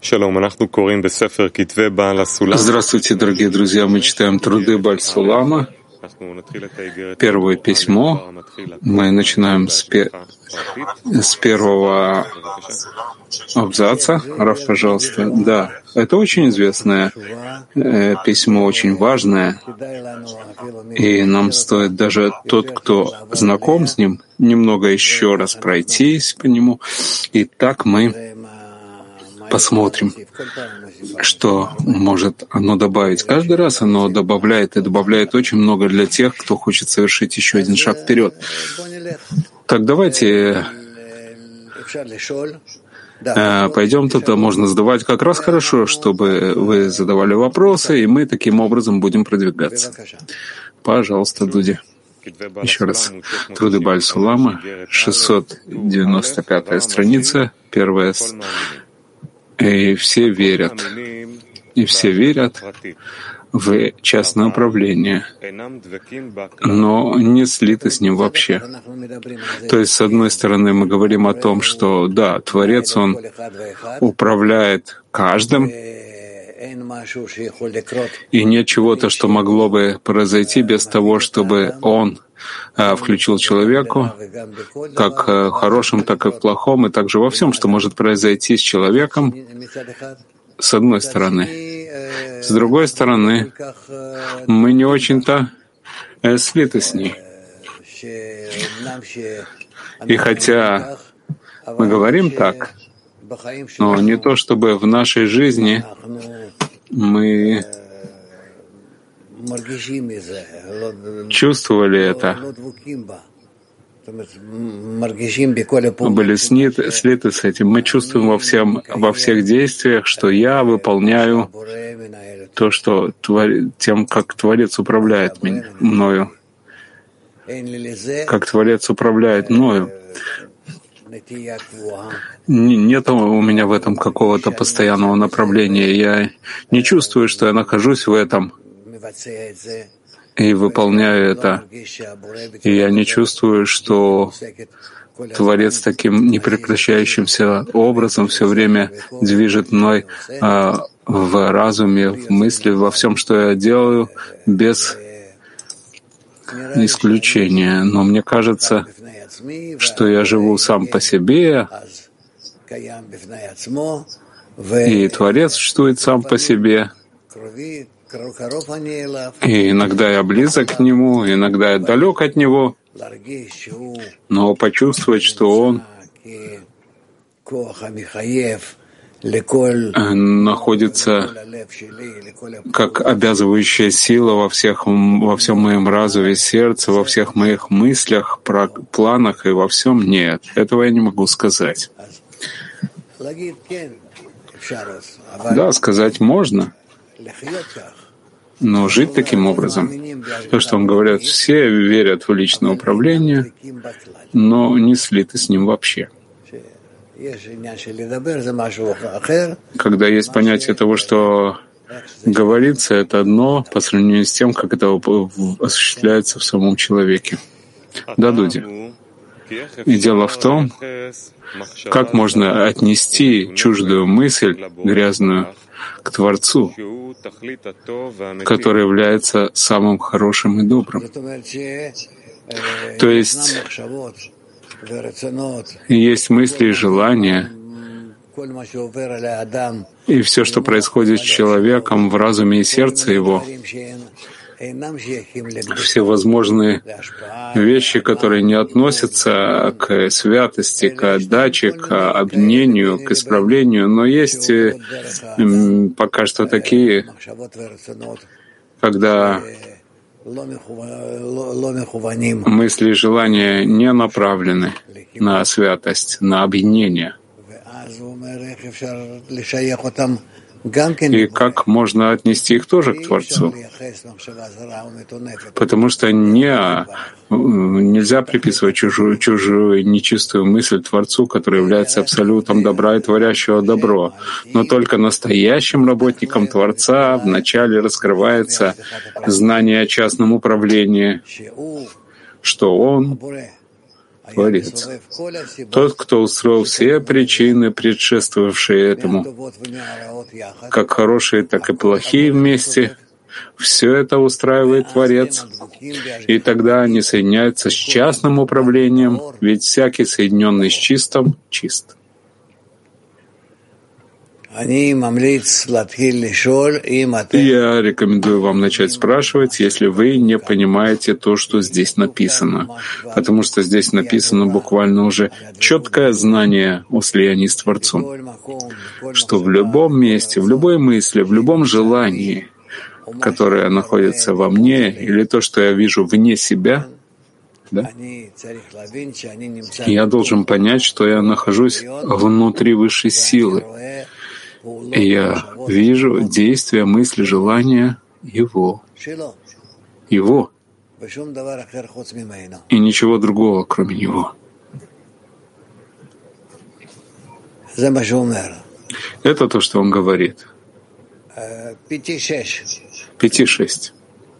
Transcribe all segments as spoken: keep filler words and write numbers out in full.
Здравствуйте, дорогие друзья! Мы читаем труды Бааль Сулама, первое письмо. Мы начинаем с, пе... с первого абзаца. Раф, пожалуйста. Да, это очень известное э, письмо, очень важное. И нам стоит даже тот, кто знаком с ним, немного еще раз пройтись по нему. И так мы посмотрим, что может оно добавить. Каждый раз оно добавляет и добавляет очень много для тех, кто хочет совершить еще один шаг вперед. Так давайте пойдем туда, можно задавать как раз хорошо, чтобы вы задавали вопросы, и мы таким образом будем продвигаться. Пожалуйста, Дуди. Еще раз. Труды Бааль Сулама, шестьсот девяносто пятая страница, первая. И все верят, и все верят в частное управление, но не слиты с ним вообще. То есть, с одной стороны, мы говорим о том, что, да, Творец, Он управляет каждым, и нет чего-то, что могло бы произойти без того, чтобы Он а, включил человеку, как в хорошем, так и в плохом, и также во всем, что может произойти с человеком, с одной стороны. С другой стороны, мы не очень-то э, слиты с ней. И хотя мы говорим так, но не то, чтобы в нашей жизни мы чувствовали это, были слиты, слиты с этим. Мы чувствуем во, всем, во всех действиях, что я выполняю то, что твор... тем, как Творец управляет меня, мною, как Творец управляет мною. Нет у меня в этом какого-то постоянного направления. Я не чувствую, что я нахожусь в этом и выполняю это. И я не чувствую, что Творец таким непрекращающимся образом все время движет мной а, в разуме, в мысли, во всем, что я делаю, без исключения. Но мне кажется, что я живу сам по себе, и Творец существует сам по себе. И иногда я близок к Нему, иногда я далек от Него, но почувствовать, что Он находится как обязывающая сила во всех, во всем моем разуме, сердце, во всех моих мыслях, планах и во всем, нет, этого я не могу сказать. Да, сказать можно, но жить таким образом, то, что вам говорят, все верят в личное управление, но не слиты с ним вообще. Когда есть понятие того, что говорится, это одно по сравнению с тем, как это осуществляется в самом человеке. Да, Дуди. И дело в том, как можно отнести чуждую мысль, грязную, к Творцу, который является самым хорошим и добрым. То есть есть мысли и желания, и все, что происходит с человеком в разуме и сердце его, все возможные вещи, которые не относятся к святости, к отдаче, к обвинению, к исправлению, но есть пока что такие, когда мысли и желания не направлены на святость, на объединение. И как можно отнести их тоже к Творцу? Потому что не, нельзя приписывать чужую, чужую нечистую мысль Творцу, который является абсолютом добра и творящего добро. Но только настоящим работником Творца вначале раскрывается знание о частном управлении, что Он Творец. Тот, кто устроил все причины, предшествовавшие этому, как хорошие, так и плохие вместе, все это устраивает Творец. И тогда они соединяются с частным управлением, ведь всякий, соединенный с чистым, чист. Я рекомендую вам начать спрашивать, если вы не понимаете то, что здесь написано, потому что здесь написано буквально уже четкое знание о слиянии с Творцом, что в любом месте, в любой мысли, в любом желании, которое находится во мне, или то, что я вижу вне себя, да? Я должен понять, что я нахожусь внутри высшей силы. И я вижу действия, мысли, желания Его. Его. И ничего другого, кроме Него. Это то, что он говорит. Пяти-шесть.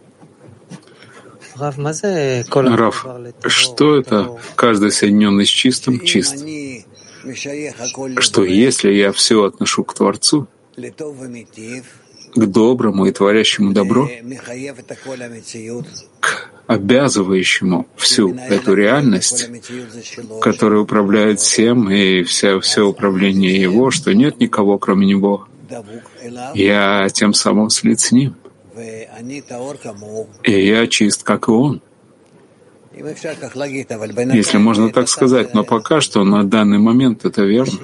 Рав, что это каждый соединенный с чистым чист? Что если я все отношу к Творцу, к доброму и творящему добро, к обязывающему всю эту реальность, которая управляет всем, и вся, все управление Его, что нет никого, кроме Него, я тем самым слит с Ним. И я чист, как и Он. Если можно так сказать, но пока что на данный момент это верно.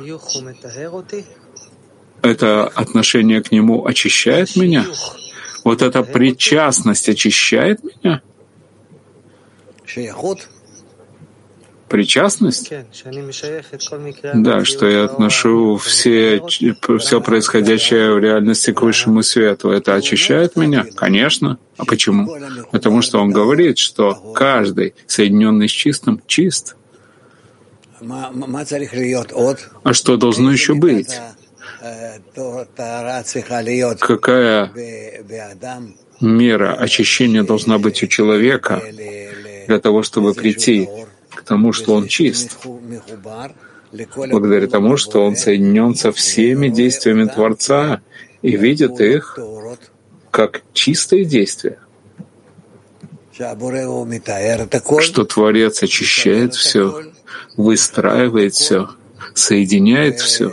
Это отношение к Нему очищает меня? Вот эта причастность очищает меня? Причастность? Да, что я отношу все, все происходящее в реальности к высшему свету. Это очищает меня? Конечно. А почему? Потому что он говорит, что каждый, соединенный с чистым, чист. А что должно еще быть? Какая мера очищения должна быть у человека для того, чтобы прийти к тому, что он чист, благодаря тому, что он соединен со всеми действиями Творца и видит их как чистые действия, что Творец очищает все, выстраивает все, соединяет все.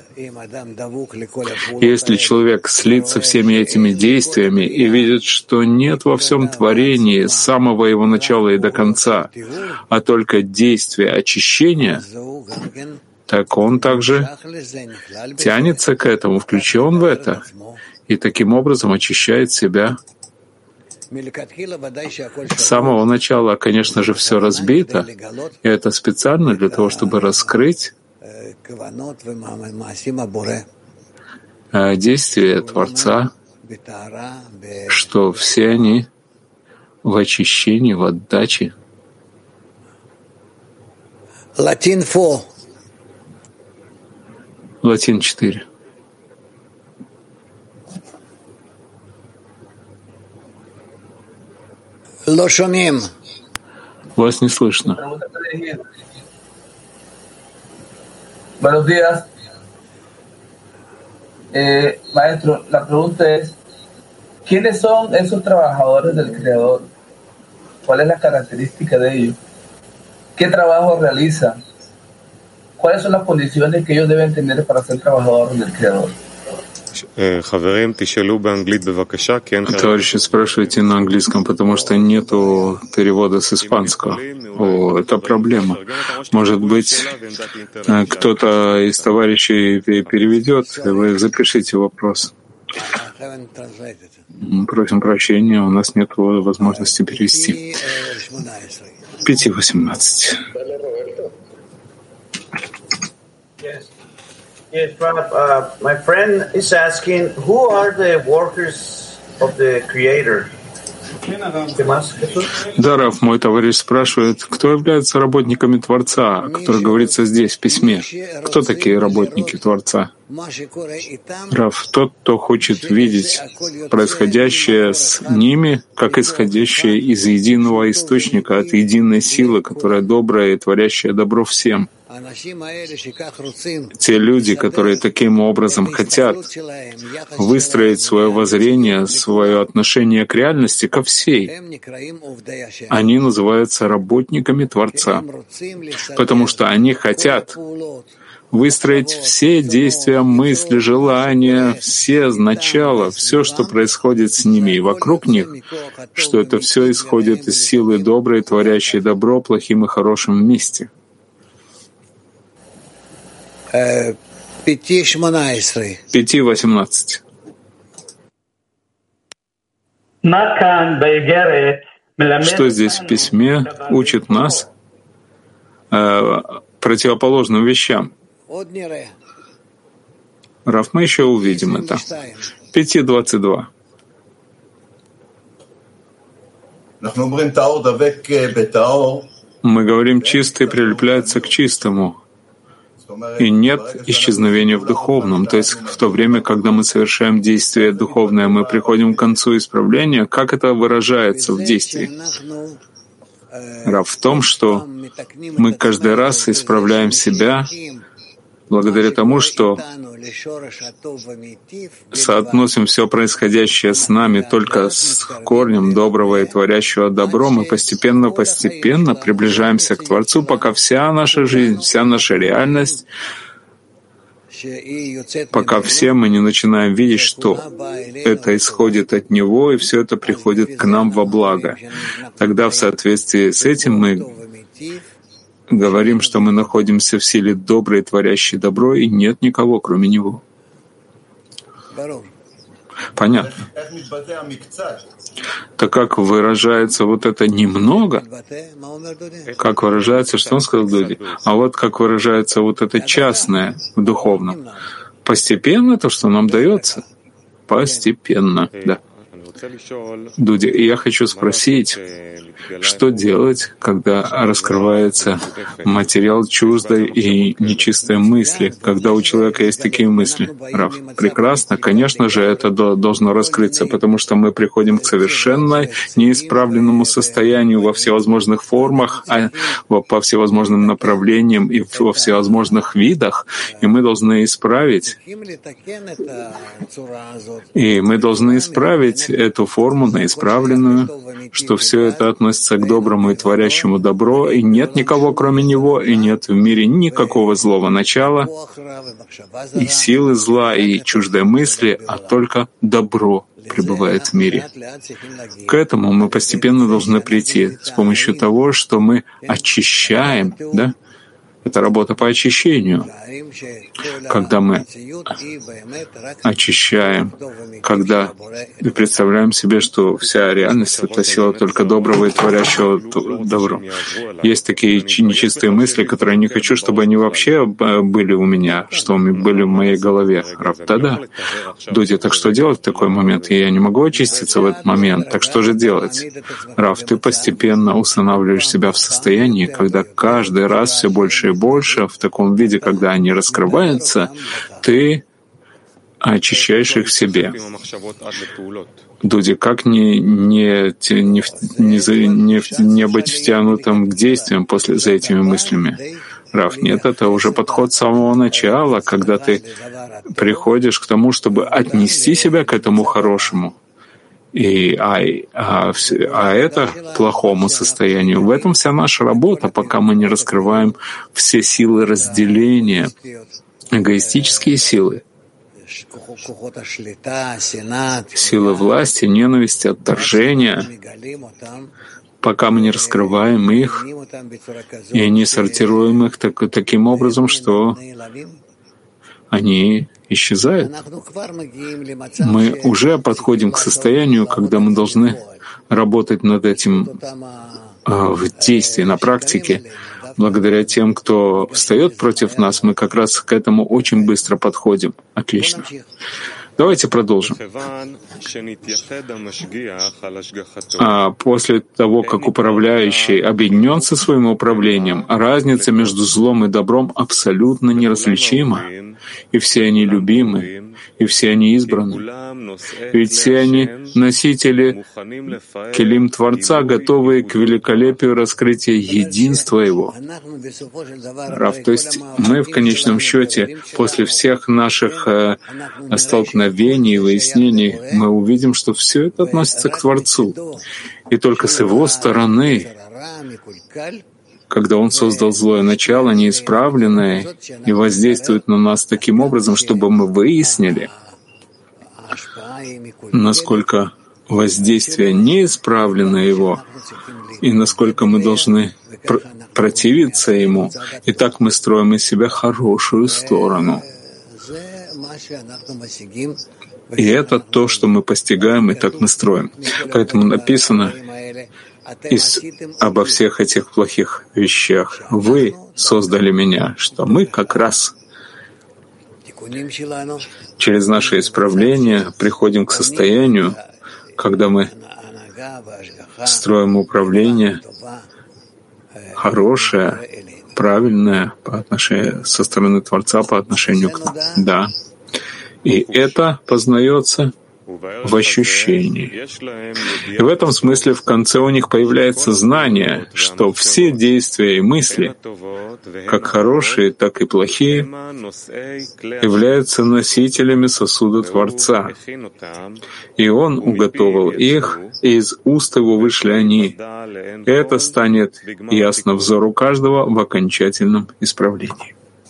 Если человек слит со всеми этими действиями и видит, что нет во всем творении с самого его начала и до конца, а только действия очищения, так он также тянется к этому, включен в это, и таким образом очищает себя. С самого начала, конечно же, все разбито, и это специально для того, чтобы раскрыть действия Творца, что все они в очищении, в отдаче. Латин четыре. Вас не слышно. Buenos días. Eh, maestro, la pregunta es, ¿quiénes son esos trabajadores del Creador? ¿Cuál es la característica de ellos? ¿Qué trabajo realizan? ¿Cuáles son las condiciones que ellos deben tener para ser trabajadores del Creador? Товарищи, спрашивайте на английском, потому что нету перевода с испанского. О, это проблема. Может быть, кто-то из товарищей переведет, вы запишите вопрос. Просим прощения, у нас нет возможности перевести. пять восемнадцать. Yes, Rob, uh, my friend is asking, who are the workers of the Creator? Да, Рав, мой товарищ спрашивает, кто является работниками Творца, о которых говорится здесь, в письме? Кто такие работники Творца? Рав, тот, кто хочет видеть происходящее с ними, как исходящее из единого источника, от единой силы, которая добрая и творящая добро всем. Те люди, которые таким образом хотят выстроить свое воззрение, свое отношение к реальности, ко всей, они называются работниками Творца, потому что они хотят выстроить все действия, мысли, желания, все начала, все, что происходит с ними и вокруг них, что это все исходит из силы доброй, творящей добро плохим и хорошим вместе. Пяти восемнадцать. Что здесь в письме учит нас э, противоположным вещам? Рав, мы еще увидим это. Пяти двадцать два. Мы говорим, чистый прилепляется к чистому. И нет исчезновения в духовном. То есть в то время, когда мы совершаем действие духовное, мы приходим к концу исправления. Как это выражается в действии? Рав, в том, что мы каждый раз исправляем себя благодаря тому, что соотносим все происходящее с нами только с корнем доброго и творящего добро, мы постепенно-постепенно приближаемся к Творцу, пока вся наша жизнь, вся наша реальность, пока все мы не начинаем видеть, что это исходит от Него, и все это приходит к нам во благо. Тогда в соответствии с этим мы говорим, что мы находимся в силе доброй, творящей добро, и нет никого, кроме Него. Понятно. Так как выражается вот это немного, как выражается, что он сказал Дуди? А вот как выражается вот это частное в духовном. Постепенно то, что нам дается. Постепенно, да. Дуди, и я хочу спросить, что делать, когда раскрывается материал чуждой и нечистой мысли, когда у человека есть такие мысли? Рав, прекрасно, конечно же, это должно раскрыться, потому что мы приходим к совершенно неисправленному состоянию во всевозможных формах, по всевозможным направлениям и во всевозможных видах, и мы должны исправить, и мы должны исправить эту форму на исправленную, что все это относится к доброму и творящему добро, и нет никого, кроме Него, и нет в мире никакого злого начала, и силы зла, и чуждой мысли, а только добро пребывает в мире. К этому мы постепенно должны прийти с помощью того, что мы очищаем, да? Это работа по очищению. Когда мы очищаем, когда представляем себе, что вся реальность — это сила только доброго и творящего добро. Есть такие нечистые мысли, которые я не хочу, чтобы они вообще были у меня, что они были в моей голове. Рав, да-да. Дуди, так что делать в такой момент? Я не могу очиститься в этот момент. Так что же делать? Рав, ты постепенно устанавливаешь себя в состоянии, когда каждый раз все больше и больше, в таком виде, когда они раскрываются, ты очищаешь их в себе. Дуди, как не, не, не, не, не, не быть втянутым к действиям после за этими мыслями? Рав, нет, это уже подход с самого начала, когда ты приходишь к тому, чтобы отнести себя к этому хорошему. И, а, а, а это плохому состоянию. В этом вся наша работа, пока мы не раскрываем все силы разделения, эгоистические силы, силы власти, ненависти, отторжения, пока мы не раскрываем их и не сортируем их так, таким образом, что они исчезают. Мы уже подходим к состоянию, когда мы должны работать над этим в действии, на практике. Благодаря тем, кто встает против нас, мы как раз к этому очень быстро подходим. Отлично. Давайте продолжим. А после того, как управляющий объединен со своим управлением, разница между злом и добром абсолютно неразличима, и все они любимы, и все они избраны. Ведь все они носители келим Творца, готовые к великолепию раскрытия единства Его. Рав, то есть мы в конечном счете, после всех наших э, столкновений и выяснений, мы увидим, что все это относится к Творцу. И только с Его стороны, когда Он создал злое начало, неисправленное, и воздействует на нас таким образом, чтобы мы выяснили, насколько воздействие неисправлено Его, и насколько мы должны пр- противиться Ему. И так мы строим из себя хорошую сторону. И это то, что мы постигаем, и так мы строим. Поэтому написано из, обо всех этих плохих вещах. Вы создали меня, что мы как раз через наше исправление приходим к состоянию, когда мы строим управление хорошее, правильное по отношению, со стороны Творца по отношению к нам. Да. И это познается в ощущении. И в этом смысле в конце у них появляется знание, что все действия и мысли, как хорошие, так и плохие, являются носителями сосуда Творца. И Он уготовил их, и из уст Его вышли они. И это станет ясно взору каждого в окончательном исправлении.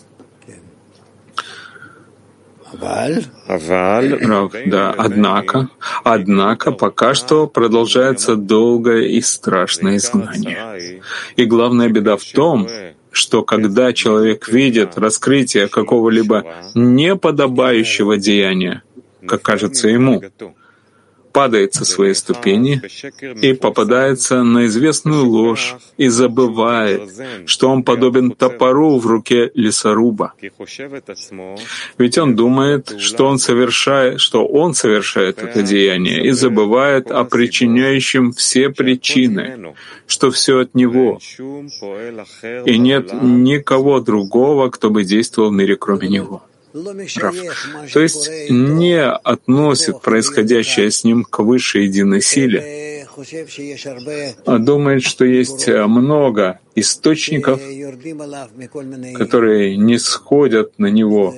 Рав, да, однако, однако пока что продолжается долгое и страшное изгнание. И главная беда в том, что когда человек видит раскрытие какого-либо неподобающего деяния, как кажется ему, падает со своей ступени и попадается на известную ложь и забывает, что он подобен топору в руке лесоруба. Ведь он думает, что он совершает, что он совершает это деяние и забывает о причиняющем все причины, что все от него, и нет никого другого, кто бы действовал в мире, кроме него. Рав. То есть не относит происходящее с ним к высшей единой силе, а думает, что есть много источников, которые не сходят на него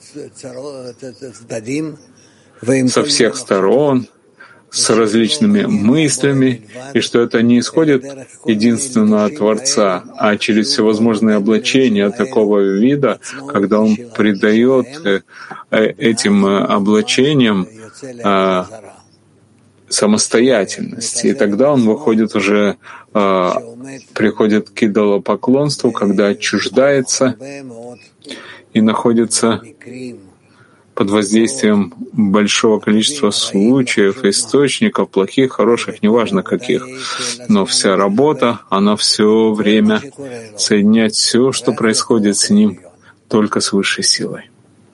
со всех сторон, с различными мыслями, и что это не исходит единственно от Творца, а через всевозможные облачения такого вида, когда он придает этим облачениям самостоятельность. И тогда он выходит уже, приходит к идолопоклонству, когда отчуждается и находится под воздействием большого количества случаев, источников, плохих, хороших, неважно каких. Но вся работа, она все время соединять все, что происходит с ним, только с высшей силой.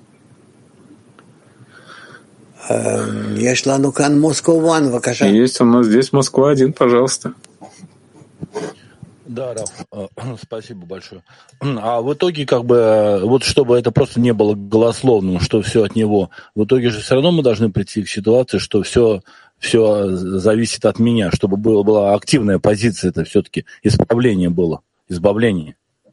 Есть у нас здесь Москва-один, пожалуйста. Да, Раф, спасибо большое. А в итоге, как бы, вот чтобы это просто не было голословным, что все от него, в итоге же все равно мы должны прийти к ситуации, что все, все зависит от меня, чтобы была, была активная позиция, это все-таки исправление было, избавление.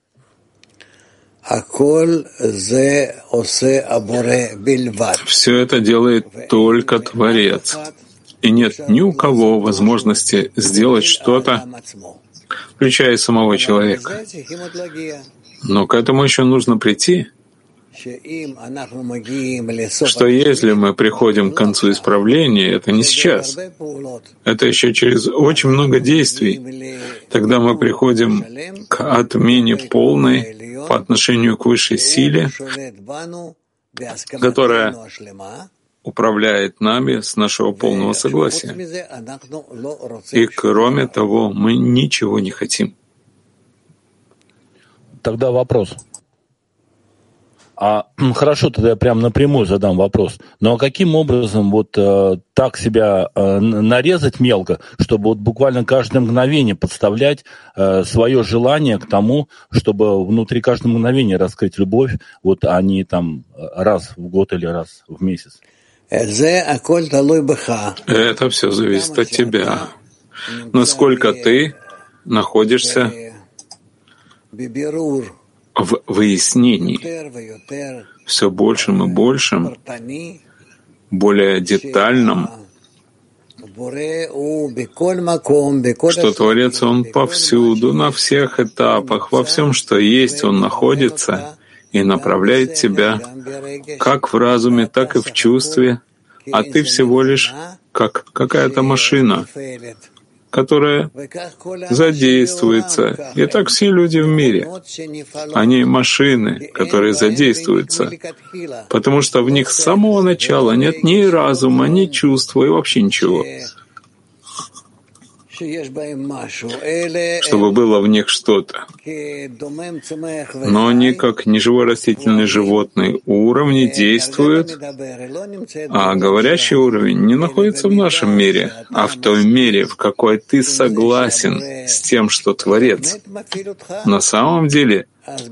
Все это делает только Творец. И нет ни у кого возможности сделать что-то, включая самого человека. Но к этому еще нужно прийти, что если мы приходим к концу исправления, это не сейчас, это еще через очень много действий, тогда мы приходим к отмене полной по отношению к высшей силе, которая управляет нами с нашего полного согласия. И кроме того, мы ничего не хотим. Тогда вопрос. А хорошо, тогда я прям напрямую задам вопрос. Ну а каким образом вот э, так себя э, нарезать мелко, чтобы вот буквально каждое мгновение подставлять э, свое желание к тому, чтобы внутри каждого мгновения раскрыть любовь, вот, а не там раз в год или раз в месяц? Это все зависит от тебя. Насколько ты находишься в выяснении все большим и большим, более детальном, что Творец, Он повсюду, на всех этапах, во всем, что есть, Он находится и направляет тебя как в разуме, так и в чувстве, а ты всего лишь как какая-то машина, которая задействуется. И так все люди в мире. Они машины, которые задействуются, потому что в них с самого начала нет ни разума, ни чувства и вообще ничего. Чтобы было в них что-то. Но они, как неживой растительный животный уровни, действуют, а говорящий уровень не находится в нашем мире, а в той мере, в какой ты согласен с тем, что Творец на самом деле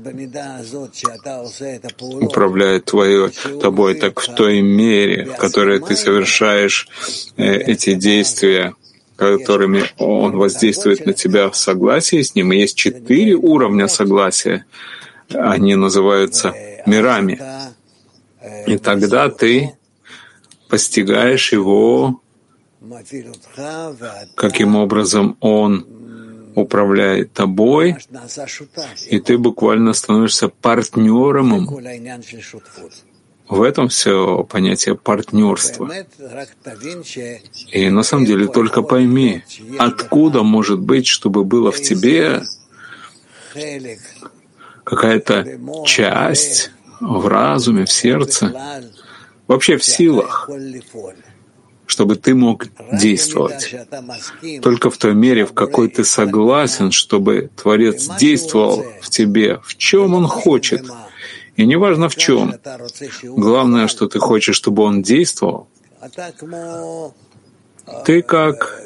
управляет твоей, тобой, так в той мере, в которой ты совершаешь э, эти действия, которыми он воздействует на тебя в согласии с ним. И есть четыре уровня согласия. Они называются мирами. И тогда ты постигаешь его, каким образом он управляет тобой, и ты буквально становишься партнером ему. В этом все понятие партнерства. И на самом деле только пойми, откуда может быть, чтобы было в тебе какая-то часть в разуме, в сердце, вообще в силах, чтобы ты мог действовать. Только в той мере, в какой ты согласен, чтобы Творец действовал в тебе, в чем Он хочет, и неважно в чем. Главное, что ты хочешь, чтобы он действовал. Ты как,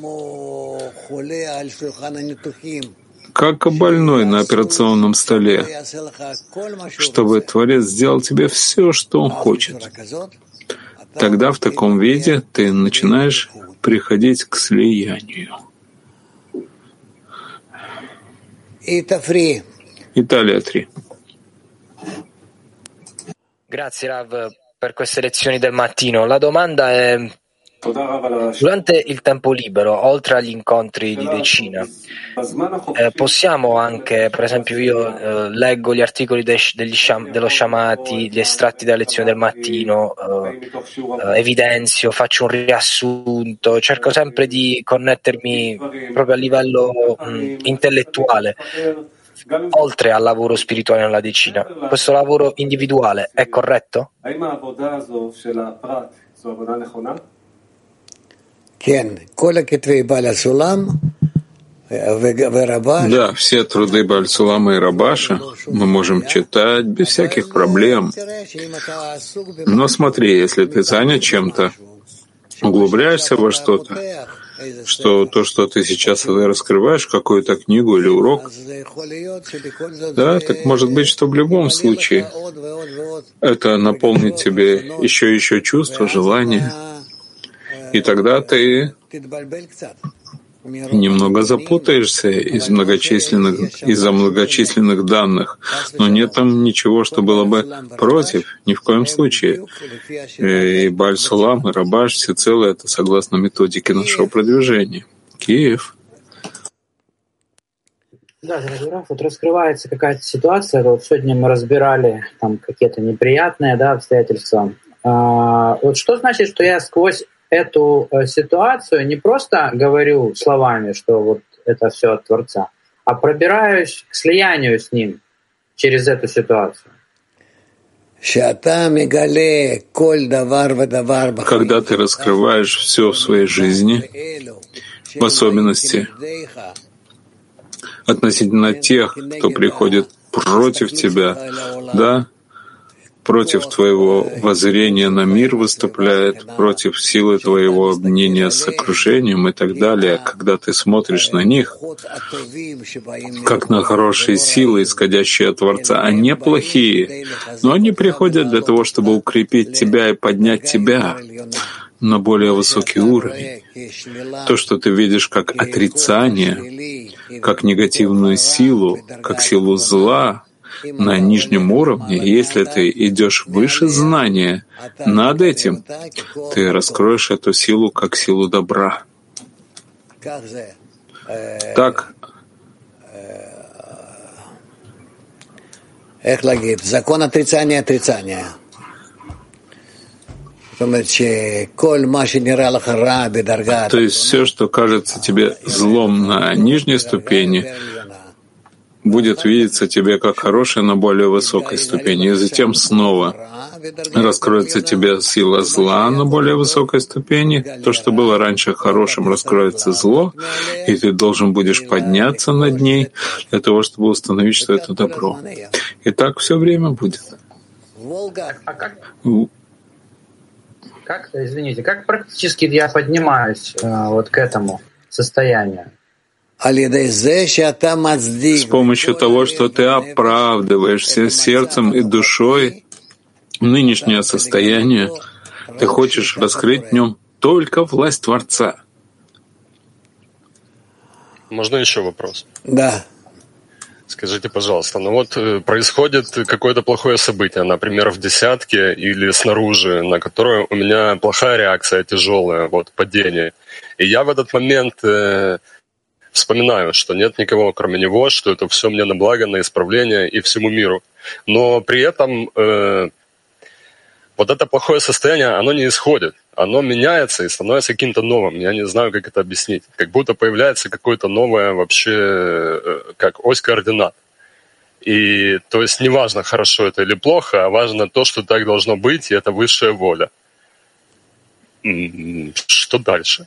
как больной на операционном столе, чтобы Творец сделал тебе все, что он хочет. Тогда в таком виде ты начинаешь приходить к слиянию. Италия три. Grazie Rav per queste lezioni del mattino. La domanda è: durante il tempo libero, oltre agli incontri di decina, eh, possiamo anche, per esempio io eh, leggo gli articoli de, degli sham, dello Shamati, gli estratti dalla lezione del mattino, eh, eh, evidenzio, faccio un riassunto, cerco sempre di connettermi proprio a livello mh, intellettuale, oltre al lavoro spirituale nella decina. Questo lavoro individuale è corretto? Да, все труды Бааль-Сулама и Рабаша мы можем читать без всяких проблем. Но смотри, если ты занят чем-то, углубляешься во что-то, что то, что ты сейчас раскрываешь, какую-то книгу или урок, да, так может быть, что в любом случае это наполнит тебе еще и еще чувства, желания, и тогда ты немного запутаешься из многочисленных, из-за многочисленных данных, но нет там ничего, что было бы против, ни в коем случае. И Бааль-Сулам, и Рабаш, всецело это согласно методике нашего продвижения. Киев. Да, дорогой Раф, вот раскрывается какая-то ситуация, вот сегодня мы разбирали там какие-то неприятные, да, обстоятельства. А, вот что значит, что я сквозь эту ситуацию не просто говорю словами, что вот это все от Творца, а пробираюсь к слиянию с Ним через эту ситуацию? Когда ты раскрываешь все в своей жизни, в особенности относительно тех, кто приходит против тебя, да, против твоего воззрения на мир выступляет, против силы твоего объединения с окружением и так далее, когда ты смотришь на них, как на хорошие силы, исходящие от Творца, а не плохие, но они приходят для того, чтобы укрепить тебя и поднять тебя на более высокий уровень. То, что ты видишь как отрицание, как негативную силу, как силу зла на нижнем уровне, если ты идешь выше знания над этим, ты раскроешь эту силу как силу добра. Так, закон отрицания отрицания. То есть все, что кажется тебе злом на нижней ступени, будет видеться тебе как хорошее на более высокой ступени, и затем снова раскроется тебе сила зла на более высокой ступени. То, что было раньше хорошим, раскроется зло, и ты должен будешь подняться над ней для того, чтобы установить, что это добро. И так все время будет. Как, извините, как практически я поднимаюсь э, вот к этому состоянию? С помощью того, что ты оправдываешь всем сердцем и душой нынешнее состояние, ты хочешь раскрыть в нем только власть Творца. Можно еще вопрос? Да. Скажите, пожалуйста, ну вот происходит какое-то плохое событие, например, в десятке или снаружи, на которое у меня плохая реакция, тяжелая, вот падение. И я в этот момент э, вспоминаю, что нет никого, кроме него, что это все мне на благо, на исправление и всему миру. Но при этом э, вот это плохое состояние, оно не исходит. Оно меняется и становится каким-то новым. Я не знаю, как это объяснить. Как будто появляется какое-то новое вообще, как ось координат. И то есть не важно, хорошо это или плохо, а важно то, что так должно быть, и это высшая воля. Что дальше?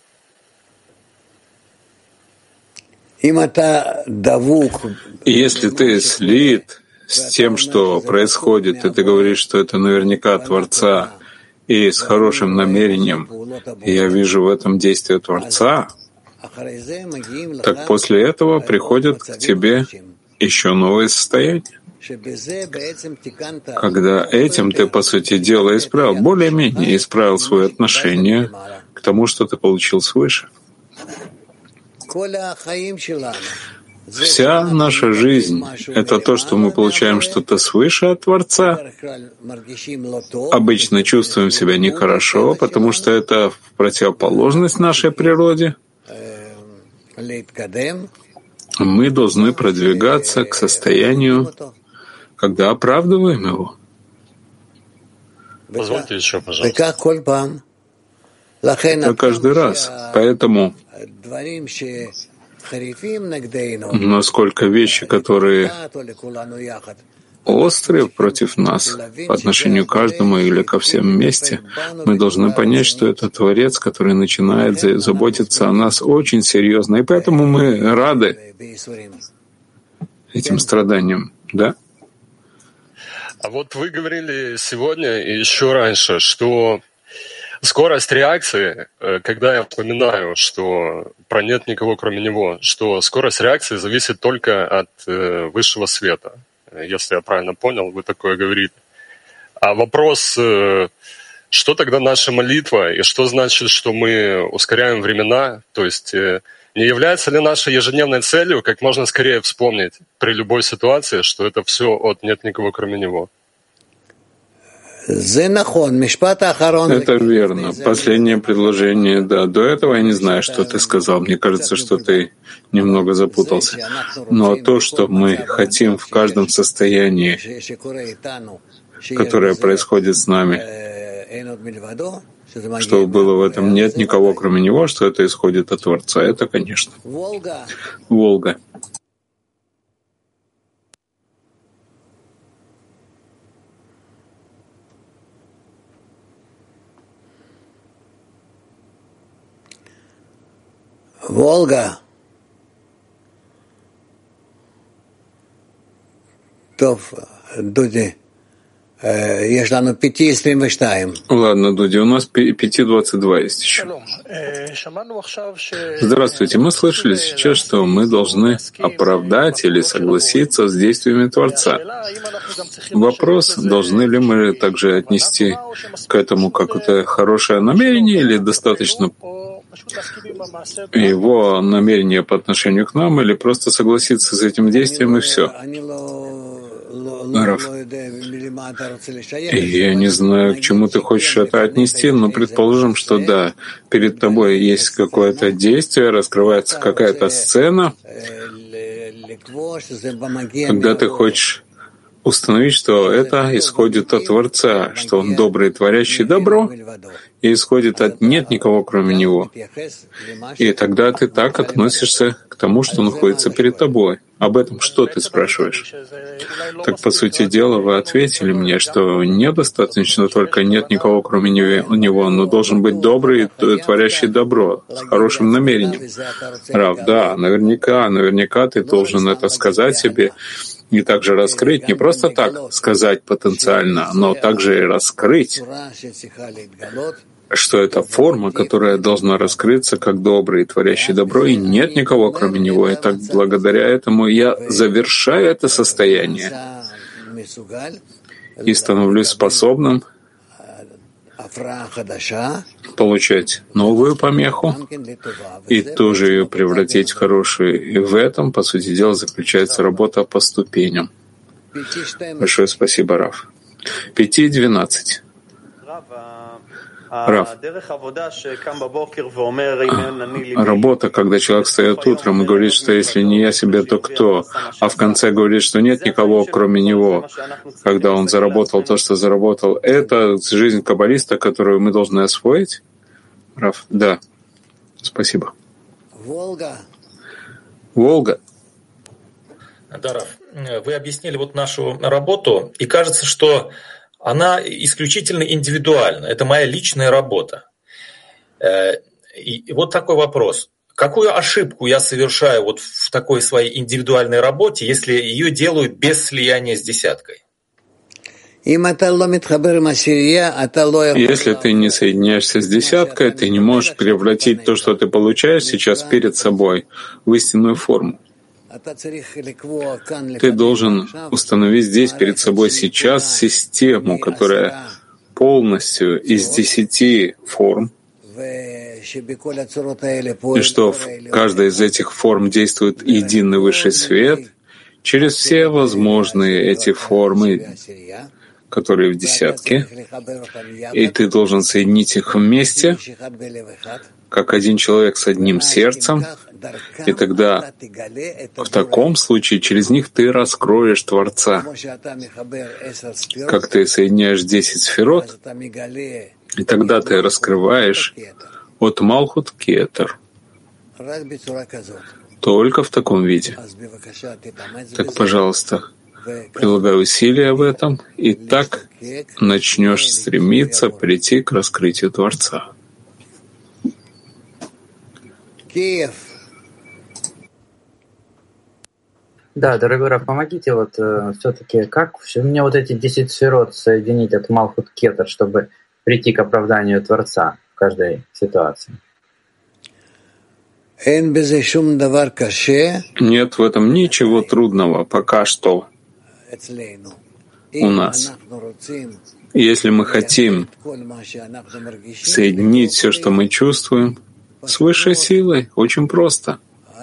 Если ты слит с тем, что происходит, и ты говоришь, что это наверняка Творца, и с хорошим намерением, и я вижу в этом действие Творца, так после этого приходят к тебе еще новые состояния. Когда этим ты, по сути дела, исправил, более-менее исправил свое отношение к тому, что ты получил свыше. Вся наша жизнь — это то, что мы получаем что-то свыше от Творца. Обычно чувствуем себя нехорошо, потому что это в противоположность нашей природе. Мы должны продвигаться к состоянию, когда оправдываем его. Позвольте еще, пожалуйста. Это каждый раз. Поэтому насколько вещи, которые острые против нас по отношению к каждому или ко всем вместе, мы должны понять, что это Творец, который начинает заботиться о нас очень серьезно. И поэтому мы рады этим страданиям, да? А вот вы говорили сегодня и еще раньше, что скорость реакции, когда я вспоминаю, что про нет никого кроме него, что скорость реакции зависит только от высшего света. Если я правильно понял, вы такое говорите. А вопрос, что тогда наша молитва, и что значит, что мы ускоряем времена? То есть не является ли нашей ежедневной целью как можно скорее вспомнить при любой ситуации, что это все от нет никого кроме него? Это верно. Последнее предложение, да. До этого я не знаю, что ты сказал. Мне кажется, что ты немного запутался. Но то, что мы хотим в каждом состоянии, которое происходит с нами, что было в этом нет никого, кроме него, что это исходит от Творца, это, конечно. Волга. Волга. Тов, Дуди. Ладно, Дуди, у нас пять двадцать два есть еще. Здравствуйте. Мы слышали сейчас, что мы должны оправдать или согласиться с действиями Творца. Вопрос, должны ли мы также отнести к этому какое-то хорошее намерение или достаточно его намерение по отношению к нам, или просто согласиться с этим действием и все. Раф, я не знаю, к чему ты хочешь это отнести, но предположим, что да, перед тобой есть какое-то действие, раскрывается какая-то сцена, когда ты хочешь установить, что это исходит от Творца, что Он добрый, творящий добро, и исходит от «нет никого, кроме Него». И тогда ты так относишься к тому, что находится перед тобой. Об этом что ты спрашиваешь? Так, по сути дела, вы ответили мне, что недостаточно только «нет никого, кроме Него», но должен быть добрый, творящий добро, с хорошим намерением. Рав, да, наверняка, наверняка ты должен это сказать себе, и также раскрыть, не просто так сказать потенциально, но также и раскрыть, что это форма, которая должна раскрыться как добрый, творящий добро, и нет никого, кроме Него. И так благодаря этому я завершаю это состояние и становлюсь способным получать новую помеху и тоже ее превратить в хорошую. И в этом, по сути дела, заключается работа по ступеням. Большое спасибо, Раф. пять двенадцать. Раф, работа, когда человек встает утром и говорит, что если не я себе, то кто? А в конце говорит, что нет никого, кроме него. Когда он заработал то, что заработал, это жизнь каббалиста, которую мы должны освоить? Раф, да. Спасибо. Волга. Волга. Да, Раф, вы объяснили вот нашу работу, и кажется, что она исключительно индивидуальна. Это моя личная работа. И вот такой вопрос. Какую ошибку я совершаю вот в такой своей индивидуальной работе, если ее делают без слияния с десяткой? Если ты не соединяешься с десяткой, ты не можешь превратить то, что ты получаешь сейчас перед собой, в истинную форму. Ты должен установить здесь перед собой сейчас систему, которая полностью из десяти форм, и что в каждой из этих форм действует единый высший свет через все возможные эти формы, которые в десятке, и ты должен соединить их вместе, как один человек с одним сердцем, и тогда в таком случае через них ты раскроешь Творца. Как ты соединяешь десять сферот, и тогда ты раскрываешь от Малхут Кетер. Только в таком виде. Так, пожалуйста, прилагай усилия в этом, и так начнешь стремиться прийти к раскрытию Творца. Киев. Да, дорогой Раф, помогите вот э, все-таки, как мне вот эти десять сферот соединить от Малхут Кетер, чтобы прийти к оправданию Творца в каждой ситуации? Нет в этом ничего трудного пока что у нас. Если мы хотим соединить все, что мы чувствуем, с высшей силой, очень просто.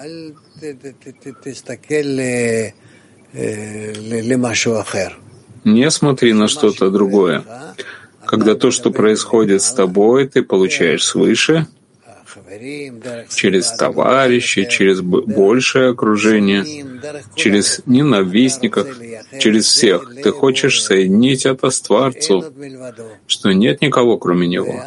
Не смотри на что-то другое. Когда то, что происходит с тобой, ты получаешь свыше, через товарищей, через большее окружение, через ненавистников, через всех. Ты хочешь соединить это с Творцом, что нет никого, кроме Него.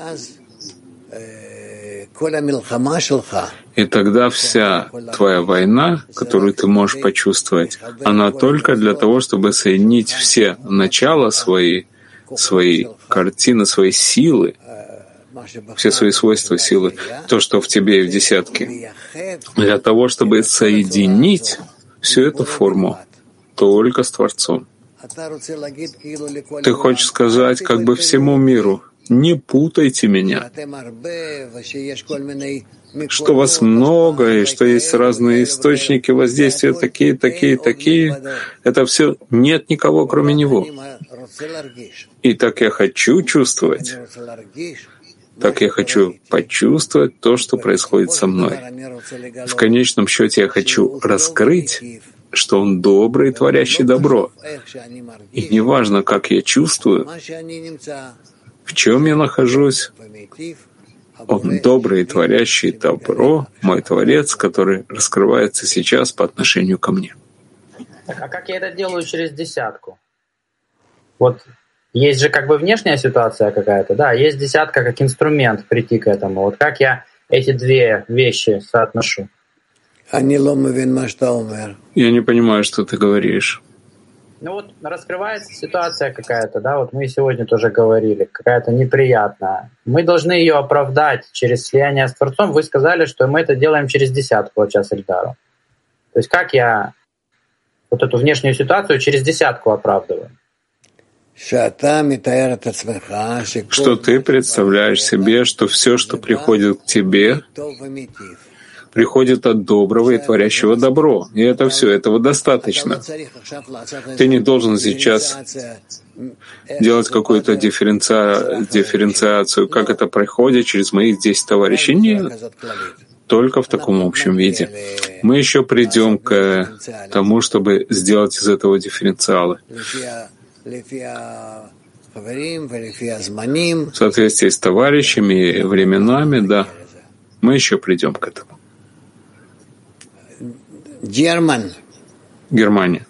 И тогда вся твоя война, которую ты можешь почувствовать, она только для того, чтобы соединить все начала свои, свои картины, свои силы, все свои свойства силы, то, что в тебе и в десятке, для того, чтобы соединить всю эту форму только с Творцом. Ты хочешь сказать как бы всему миру: не путайте меня, что вас много, и что есть разные источники воздействия, такие, такие, такие. Это все нет никого, кроме Него. И так я хочу чувствовать, так я хочу почувствовать то, что происходит со мной. В конечном счете я хочу раскрыть, что Он добрый, творящий добро. И неважно, как я чувствую, в чем я нахожусь, Он добрый, творящий добро, мой Творец, который раскрывается сейчас по отношению ко мне. А как я это делаю через десятку? Вот есть же как бы внешняя ситуация какая-то, да, есть десятка как инструмент прийти к этому. Вот как я эти две вещи соотношу? Я не понимаю, что ты говоришь. Ну вот раскрывается ситуация какая-то, да, вот мы сегодня тоже говорили, какая-то неприятная. Мы должны ее оправдать через слияние с Творцом. Вы сказали, что мы это делаем через десятку от час Эльдару. То есть как я вот эту внешнюю ситуацию через десятку оправдываю? Что ты представляешь себе, что все, что приходит к тебе, приходит от доброго и творящего добро. И это все, этого достаточно. Ты не должен сейчас делать какую-то дифференци... дифференциацию, как это происходит через моих десять товарищей. Нет, только в таком общем виде. Мы еще придем к тому, чтобы сделать из этого дифференциалы. В соответствии с товарищами и временами, да, мы еще придем к этому. German. Германия.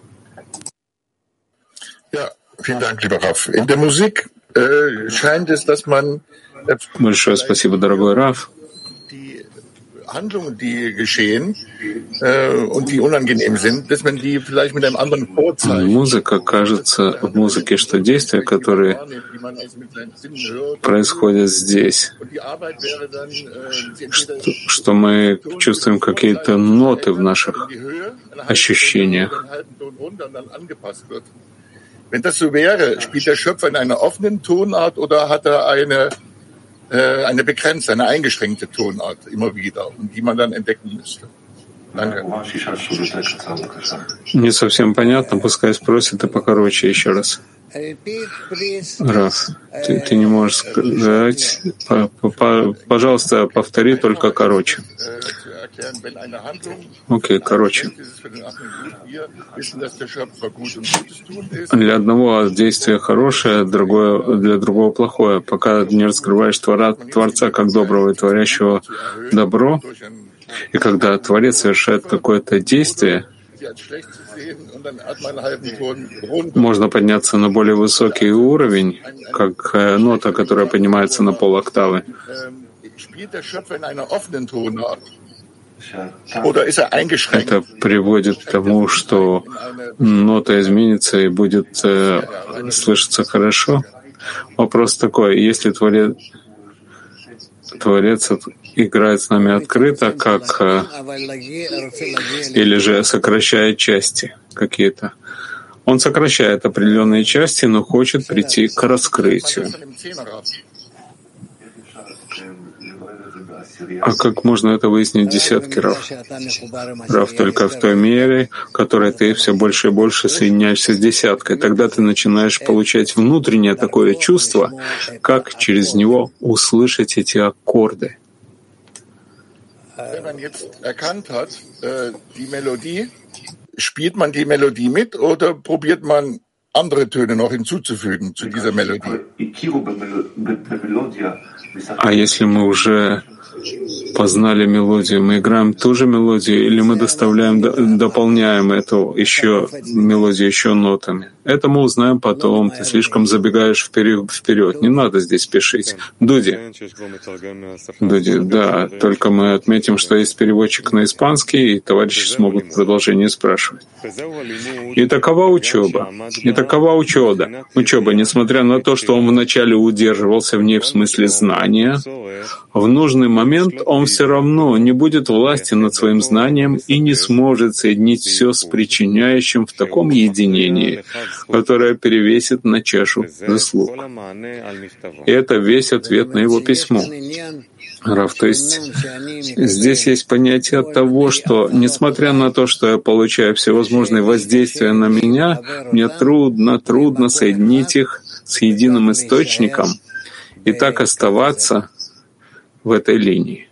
Ja, vielen Dank, lieber Raf. In der Musik äh, scheint es, dass man äh, Большое спасибо, дорогой Раф. die Handlungen, die geschehen äh, und die unangenehm sind, dass man die vielleicht mit einem anderen Vorzeichen. Музыка, кажется, в музыке, что действия, которые происходят здесь, что, что мы чувствуем какие-то ноты в наших ощущениях. Wenn das so wäre, spielt der Schöpfer in einer offenen Tonart oder hat er eine eine begrenzte, eine eingeschränkte Tonart immer wieder, die man dann entdecken müsste. Danke. Не совсем понятно, пускай спросит и покороче еще раз. Раф, ты, ты не можешь сказать. По, по, пожалуйста, повтори только короче. Окей, okay, короче. Для одного действие хорошее, другое, для другого плохое. Пока не раскрываешь твора, Творца как доброго и творящего добро, и когда Творец совершает какое-то действие, можно подняться на более высокий уровень, как нота, которая поднимается на полоктавы. Это приводит к тому, что нота изменится и будет э, слышаться хорошо. Вопрос такой: если Творец, Творец играет с нами открыто, как э, или же сокращает части какие-то. Он сокращает определенные части, но хочет прийти к раскрытию. А как можно это выяснить в десятке, Раф? Раф, только в той мере, в которой ты все больше и больше соединяешься с десяткой. Тогда ты начинаешь получать внутреннее такое чувство, как через него услышать эти аккорды. Wenn man jetzt erkannt hat, die Melodie, spielt man die Melodie mit oder probiert man andere Töne noch hinzuzufügen zu dieser Melodie? А если мы уже познали мелодию, мы играем ту же мелодию, или мы доставляем, дополняем эту еще мелодию еще нотами? Это мы узнаем потом. Ты слишком забегаешь вперед, вперед. Не надо здесь спешить. Дуди. Дуди, да. Только мы отметим, что есть переводчик на испанский, и товарищи смогут в продолжении спрашивать. И такова учеба. И такова учеба. Учеба, несмотря на то, что он вначале удерживался в ней в смысле знания, в нужный момент он все равно не будет власти над своим знанием и не сможет соединить все с причиняющим в таком единении, которая перевесит на чашу заслуг. И это весь ответ на его письмо. Рав, то есть здесь есть понятие того, что, несмотря на то, что я получаю всевозможные воздействия на меня, мне трудно, трудно соединить их с единым источником и так оставаться в этой линии.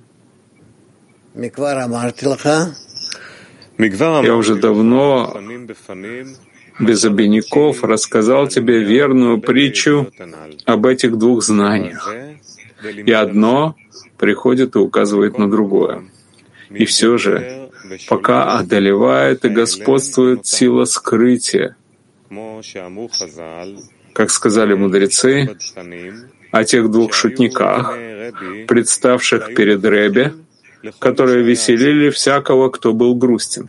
Я уже давно, без обиняков, рассказал тебе верную притчу об этих двух знаниях. И одно приходит и указывает на другое. И все же, пока одолевает и господствует сила скрытия, как сказали мудрецы, о тех двух шутниках, представших перед Ребе, которые веселили всякого, кто был грустен.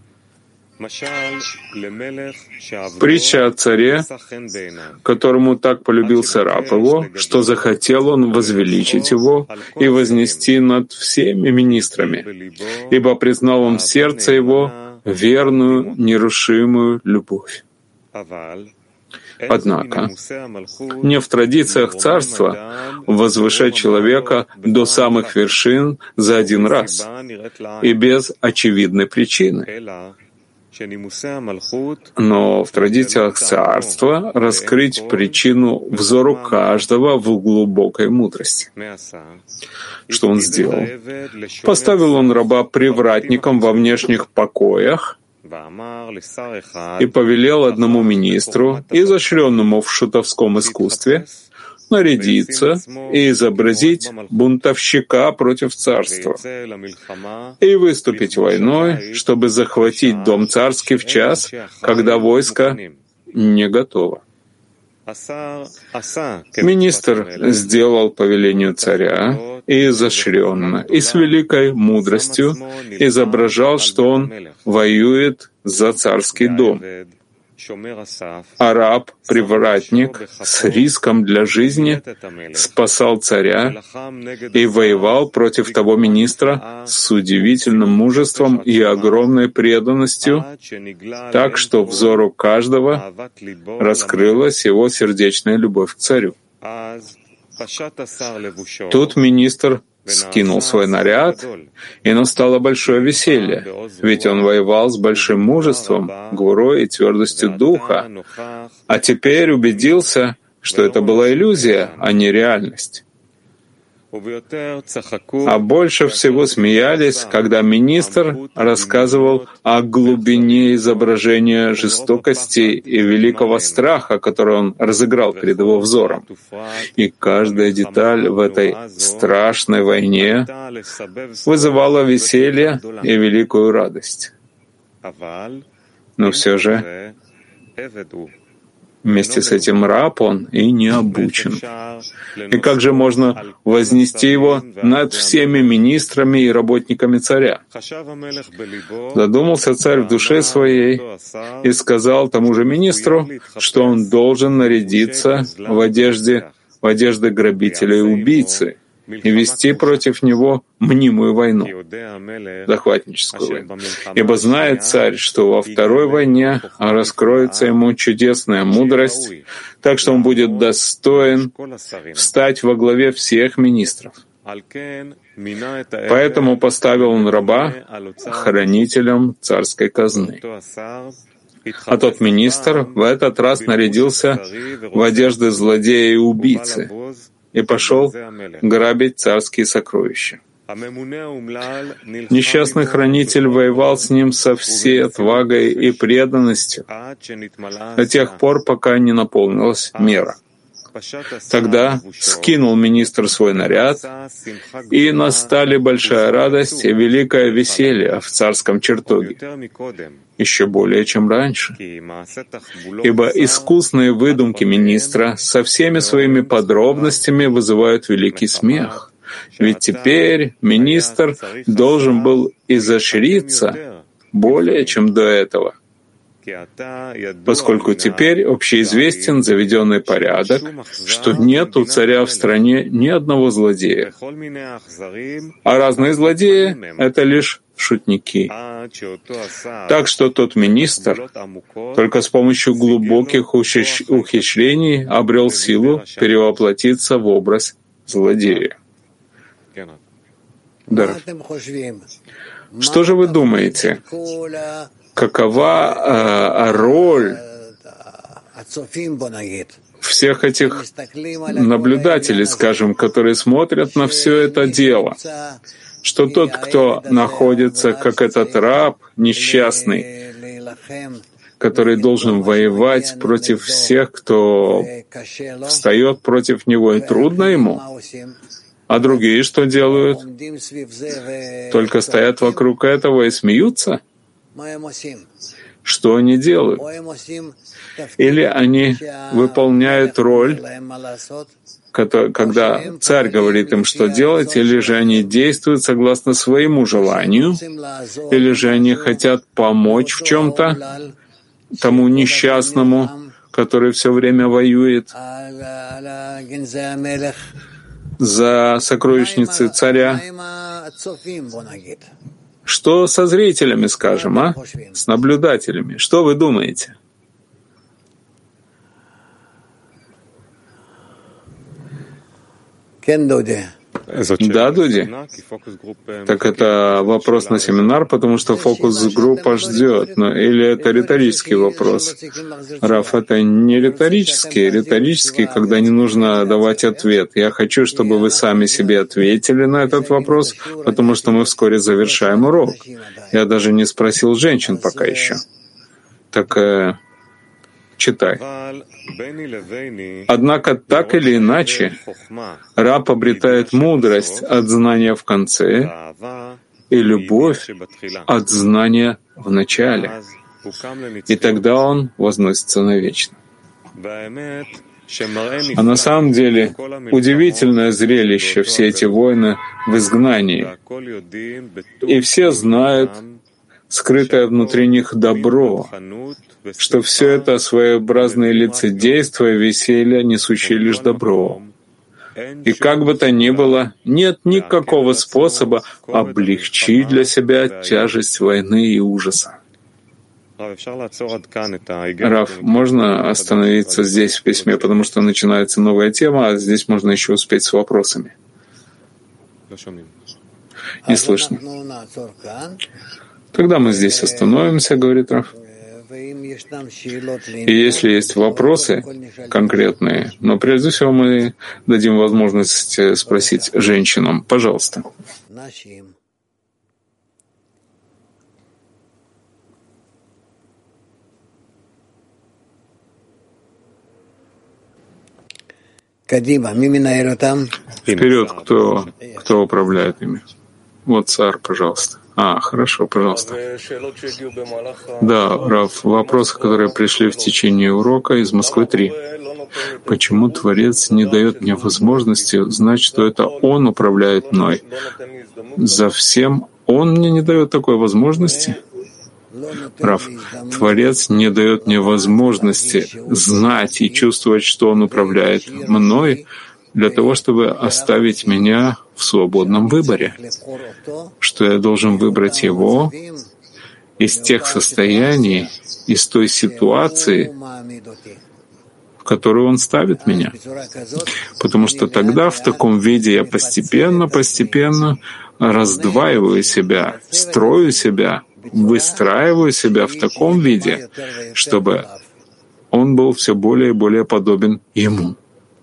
Притча о царе, которому так полюбился раб его, что захотел он возвеличить его и вознести над всеми министрами, ибо признал он в сердце его верную, нерушимую любовь. Однако не в традициях царства возвышать человека до самых вершин за один раз и без очевидной причины. Но в традициях царства раскрыть причину взору каждого в глубокой мудрости. Что он сделал? Поставил он раба привратником во внешних покоях и повелел одному министру, изощренному в шутовском искусстве, нарядиться и изобразить бунтовщика против царства и выступить войной, чтобы захватить дом царский в час, когда войско не готово. Министр сделал по велению царя и изощренно, и с великой мудростью изображал, что он воюет за царский дом. А раб, привратник, с риском для жизни спасал царя и воевал против того министра с удивительным мужеством и огромной преданностью, так что взору каждого раскрылась его сердечная любовь к царю. Тут министр скинул свой наряд, и настало большое веселье, ведь он воевал с большим мужеством, гвурой и твердостью духа, а теперь убедился, что это была иллюзия, а не реальность. А больше всего смеялись, когда министр рассказывал о глубине изображения жестокости и великого страха, который он разыграл перед его взором. И каждая деталь в этой страшной войне вызывала веселье и великую радость. Но все же вместе с этим раб он и не обучен. И как же можно вознести его над всеми министрами и работниками царя? Задумался царь в душе своей и сказал тому же министру, что он должен нарядиться в одежде, в одежды грабителя и убийцы и вести против него мнимую войну, захватническую войну. Ибо знает царь, что во второй войне раскроется ему чудесная мудрость, так что он будет достоин встать во главе всех министров. Поэтому поставил он раба хранителем царской казны. А тот министр в этот раз нарядился в одежды злодея и убийцы и пошел грабить царские сокровища. Несчастный хранитель воевал с ним со всей отвагой и преданностью до тех пор, пока не наполнилась мера. Тогда скинул министр свой наряд, и настали большая радость и великое веселье в царском чертоге, еще более, чем раньше. Ибо искусные выдумки министра со всеми своими подробностями вызывают великий смех. Ведь теперь министр должен был изощриться более, чем до этого. поскольку теперь общеизвестен заведенный порядок, что нет у царя в стране ни одного злодея, а разные злодеи — это лишь шутники. Так что тот министр только с помощью глубоких ухищрений обрел силу перевоплотиться в образ злодея. Да. Что же вы думаете? Какова э, роль всех этих наблюдателей, скажем, которые смотрят на все это дело? Что тот, кто находится, как этот раб несчастный, который должен воевать против всех, кто встает против него, и трудно ему, а другие что делают? Только стоят вокруг этого и смеются? Что они делают? Или они выполняют роль, когда царь говорит им, что делать, или же они действуют согласно своему желанию, или же они хотят помочь в чем-то тому несчастному, который все время воюет за сокровищницы царя. Что со зрителями, скажем, а? С наблюдателями? Что вы думаете? Да, Дуди? Так это вопрос на семинар, потому что фокус-группа ждет. Но, или это риторический вопрос? Раф, это не риторический. Риторический, когда не нужно давать ответ. Я хочу, чтобы вы сами себе ответили на этот вопрос, потому что мы вскоре завершаем урок. Я даже не спросил женщин пока еще. Так... Э, читай. Однако, так или иначе, раб обретает мудрость от знания в конце и любовь от знания в начале. И тогда он возносится навечно. А на самом деле, удивительное зрелище все эти войны в изгнании. И все знают скрытое внутри них добро, что все это своеобразные лицедейства и веселье, несущие лишь добро. И как бы то ни было, нет никакого способа облегчить для себя тяжесть войны и ужаса. Раф, можно остановиться здесь в письме, потому что начинается новая тема, а здесь можно еще успеть с вопросами. Не слышно. Тогда мы здесь остановимся, говорит Раф. И если есть вопросы конкретные, но прежде всего мы дадим возможность спросить женщинам. Пожалуйста. Вперед, кто, кто управляет ими? Вот царь, пожалуйста. А, хорошо, пожалуйста. Да, Раф, вопросы, которые пришли в течение урока из Москвы три. Почему Творец не дает мне возможности знать, что это Он управляет мной? За всем Он мне не дает такой возможности? Раф, Творец не дает мне возможности знать и чувствовать, что Он управляет мной, для того, чтобы оставить меня в свободном выборе, что я должен выбрать Его из тех состояний, из той ситуации, в которую Он ставит меня. Потому что тогда в таком виде я постепенно, постепенно раздваиваю себя, строю себя, выстраиваю себя в таком виде, чтобы Он был все более и более подобен Ему.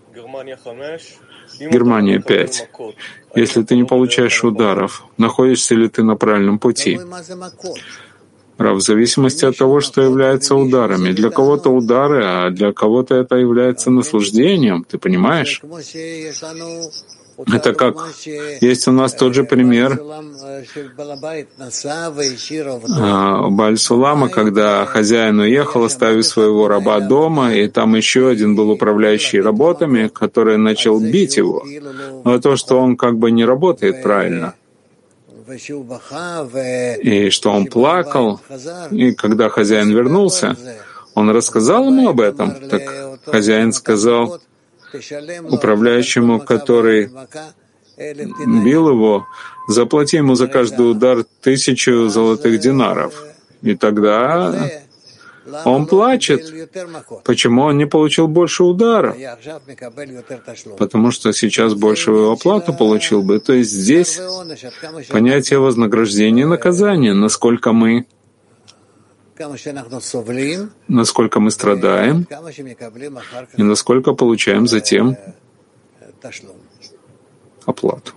Германия пять. Если ты не получаешь ударов, находишься ли ты на правильном пути? Рав, в зависимости от того, что является ударами. Для кого-то удары, а для кого-то это является наслаждением, ты понимаешь? Это как есть у нас тот же пример Бааль Сулама, когда хозяин уехал, оставив своего раба дома, и там еще один был управляющий работами, который начал бить его. Но то, что он как бы не работает правильно. и что он плакал, и когда хозяин вернулся, он рассказал ему об этом. Так хозяин сказал управляющему, который бил его, заплати ему за каждый удар тысячу золотых динаров. И тогда он плачет. Почему он не получил больше ударов? Потому что сейчас большую оплату получил бы. То есть здесь понятие вознаграждения и наказания, насколько мы насколько мы страдаем и насколько получаем затем оплату.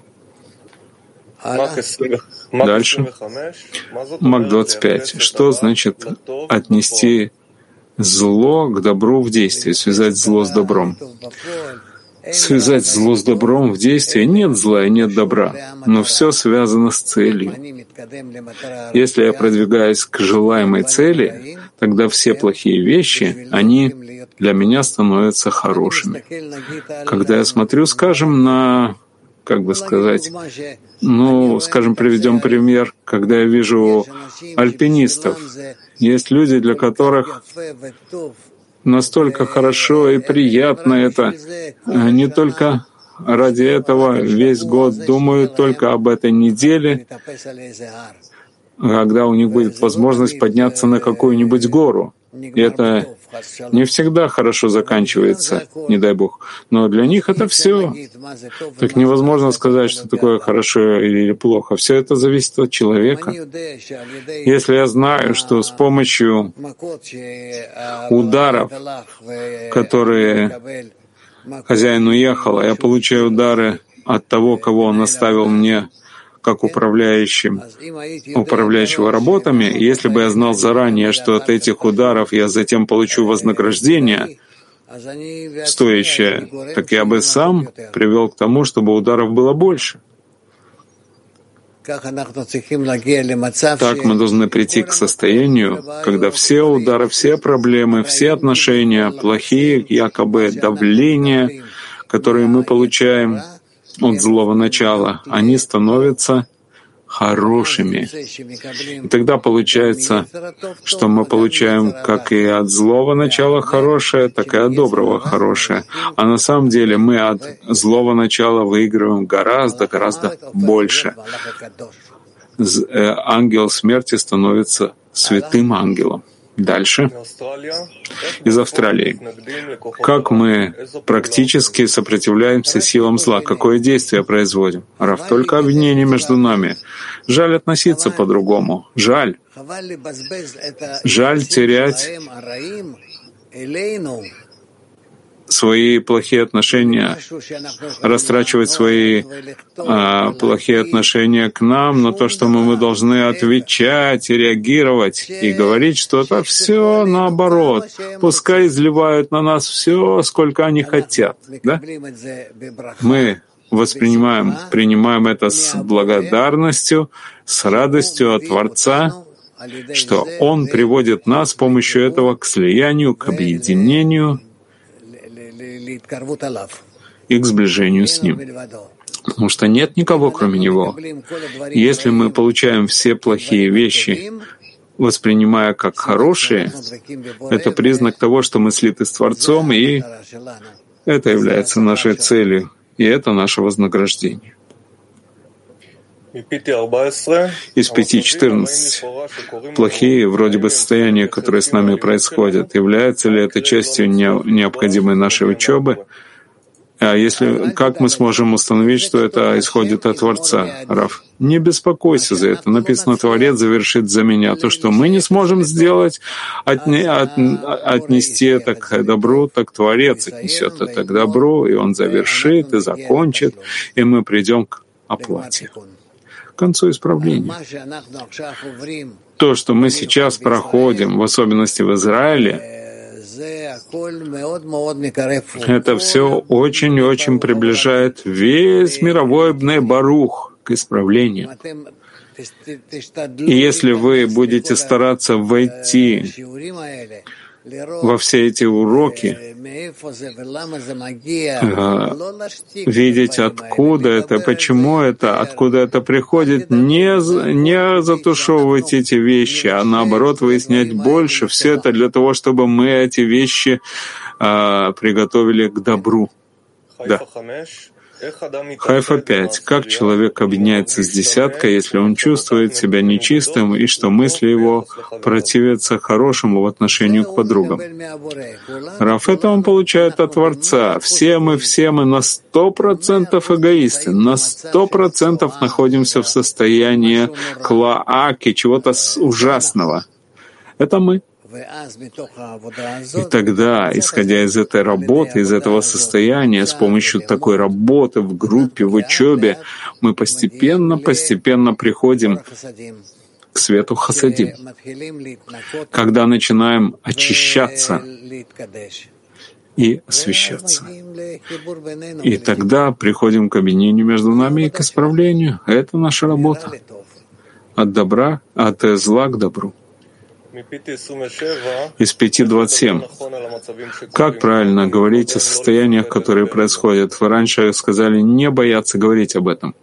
Дальше. Мак двадцать пять. Что значит отнести зло к добру в действии, связать зло с добром? Связать зло с добром в действии нет зла и нет добра, но все связано с целью. Если я продвигаюсь к желаемой цели, тогда все плохие вещи, они для меня становятся хорошими. Когда я смотрю, скажем, на, как бы сказать, ну, скажем, приведем пример, когда я вижу альпинистов. Есть люди, для которых настолько хорошо и приятно это. Не только ради этого весь год думают только об этой неделе, когда у них будет возможность подняться на какую-нибудь гору. И это не всегда хорошо заканчивается, не дай Бог. Но для них это все. Так невозможно сказать, что такое хорошо или плохо. Все это зависит от человека. Если я знаю, что с помощью ударов, которые хозяин уехал, а я получаю удары от того, кого он оставил мне как управляющим, управляющего работами, и если бы я знал заранее, что от этих ударов я затем получу вознаграждение стоящее, так я бы сам привел к тому, чтобы ударов было больше. Так мы должны прийти к состоянию, когда все удары, все проблемы, все отношения, плохие якобы давления, которые мы получаем от злого начала, они становятся хорошими. И тогда получается, что мы получаем как и от злого начала хорошее, так и от доброго хорошее. А на самом деле мы от злого начала выигрываем гораздо-гораздо больше. Ангел смерти становится святым ангелом. Дальше. Из Австралии. Как мы практически сопротивляемся силам зла? Какое действие производим? Рав, только обвинение между нами. Жаль относиться по-другому. Жаль. Жаль терять свои плохие отношения, растрачивать свои а, плохие отношения к нам на то, что мы, мы должны отвечать и реагировать, и говорить что-то. Все наоборот. Пускай изливают на нас все, сколько они хотят. Да? Мы воспринимаем, принимаем это с благодарностью, с радостью от Творца, что Он приводит нас с помощью этого к слиянию, к объединению и к сближению с Ним. Потому что нет никого, кроме Него. Если мы получаем все плохие вещи, воспринимая как хорошие, это признак того, что мы слиты с Творцом, и это является нашей целью, и это наше вознаграждение. Из пяти четырнадцать плохие вроде бы состояния, которые с нами происходят, является ли это частью необходимой нашей учебы? А если, как мы сможем установить, что это исходит от Творца? Рав, не беспокойся за это. Написано, Творец завершит за меня. То, что мы не сможем сделать, отне, от, отнести это к добру, так Творец отнесет это к добру, и Он завершит и закончит, и мы придем к оплате, к концу исправления. То, что мы сейчас проходим, в особенности в Израиле, это все очень-очень приближает весь мировой Бней Барух к исправлению. И если вы будете стараться войти во все эти уроки видеть, откуда это, почему это, откуда это приходит, не, не затушевывать эти вещи, а наоборот выяснять больше. Все это для того, чтобы мы эти вещи а, приготовили к добру. Да. Хайфа пять. Как человек объединяется с десяткой, если он чувствует себя нечистым и что мысли его противятся хорошему в отношении к подругам? Раф, это он получает от Творца. Все мы, все мы на сто процентов эгоисты, на сто процентов находимся в состоянии клоаки, чего-то ужасного. Это мы. И тогда, исходя из этой работы, из этого состояния, с помощью такой работы в группе, в учебе, мы постепенно, постепенно приходим к свету хасадим, когда начинаем очищаться и освещаться. И тогда приходим к объединению между нами и к исправлению. Это наша работа. От добра, от зла к добру. Из пяти двадцать семь. Как правильно говорить о состояниях, которые происходят? Вы раньше сказали не бояться говорить об этом.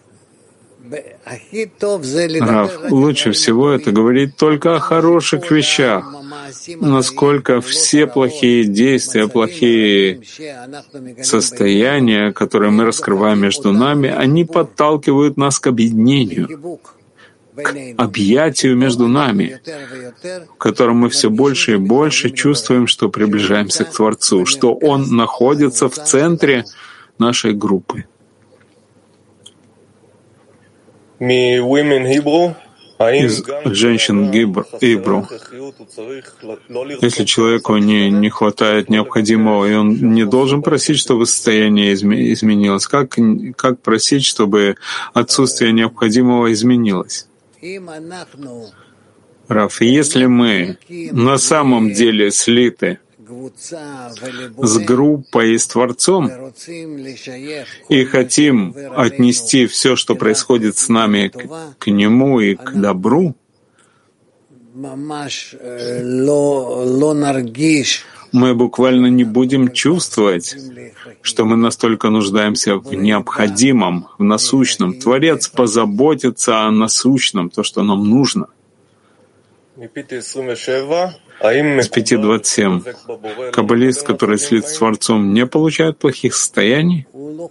Рав, лучше всего это говорить только о хороших вещах. Насколько все плохие действия, плохие состояния, которые мы раскрываем между нами, они подталкивают нас к объединению, к объятию между нами, в котором мы все больше и больше чувствуем, что приближаемся к Творцу, что Он находится в центре нашей группы. Из женщин Гибру. Если человеку не, не хватает необходимого, и он не должен просить, чтобы состояние изменилось, как, как просить, чтобы отсутствие необходимого изменилось? Раф, если мы на самом деле слиты с группой и с Творцом и хотим отнести все, что происходит с нами, к, к Нему и к добру, мы буквально не будем чувствовать, что мы настолько нуждаемся в необходимом, в насущном. Творец позаботится о насущном, то, что нам нужно. С пяти двадцать семь. Каббалист, который слит с Творцом, не получает плохих состояний?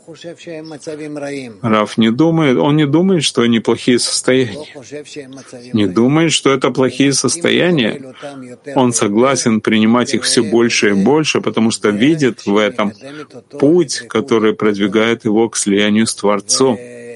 Рав не думает, он не думает, что они плохие состояния. Не думает, что это плохие состояния. Он согласен принимать их все больше и больше, потому что видит в этом путь, который продвигает его к слиянию с Творцом.